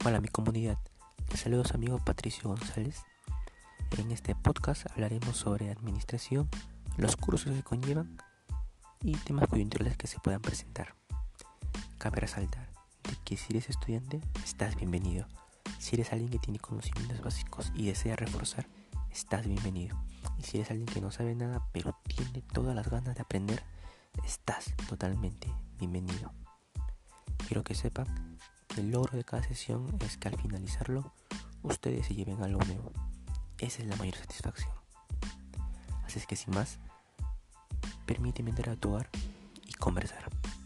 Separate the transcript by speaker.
Speaker 1: Hola mi comunidad, les saludo a su amigo Patricio González. En este podcast hablaremos sobre administración, los cursos que conllevan y temas coyunturales que se puedan presentar. Cabe resaltar de que si eres estudiante, estás bienvenido. Si eres alguien que tiene conocimientos básicos y desea reforzar, estás bienvenido. Y si eres alguien que no sabe nada pero tiene todas las ganas de aprender, estás totalmente bienvenido. Quiero que sepan que el logro de cada sesión es que al finalizarlo, ustedes se lleven algo nuevo. Esa es la mayor satisfacción. Así es que sin más, permíteme interactuar y conversar.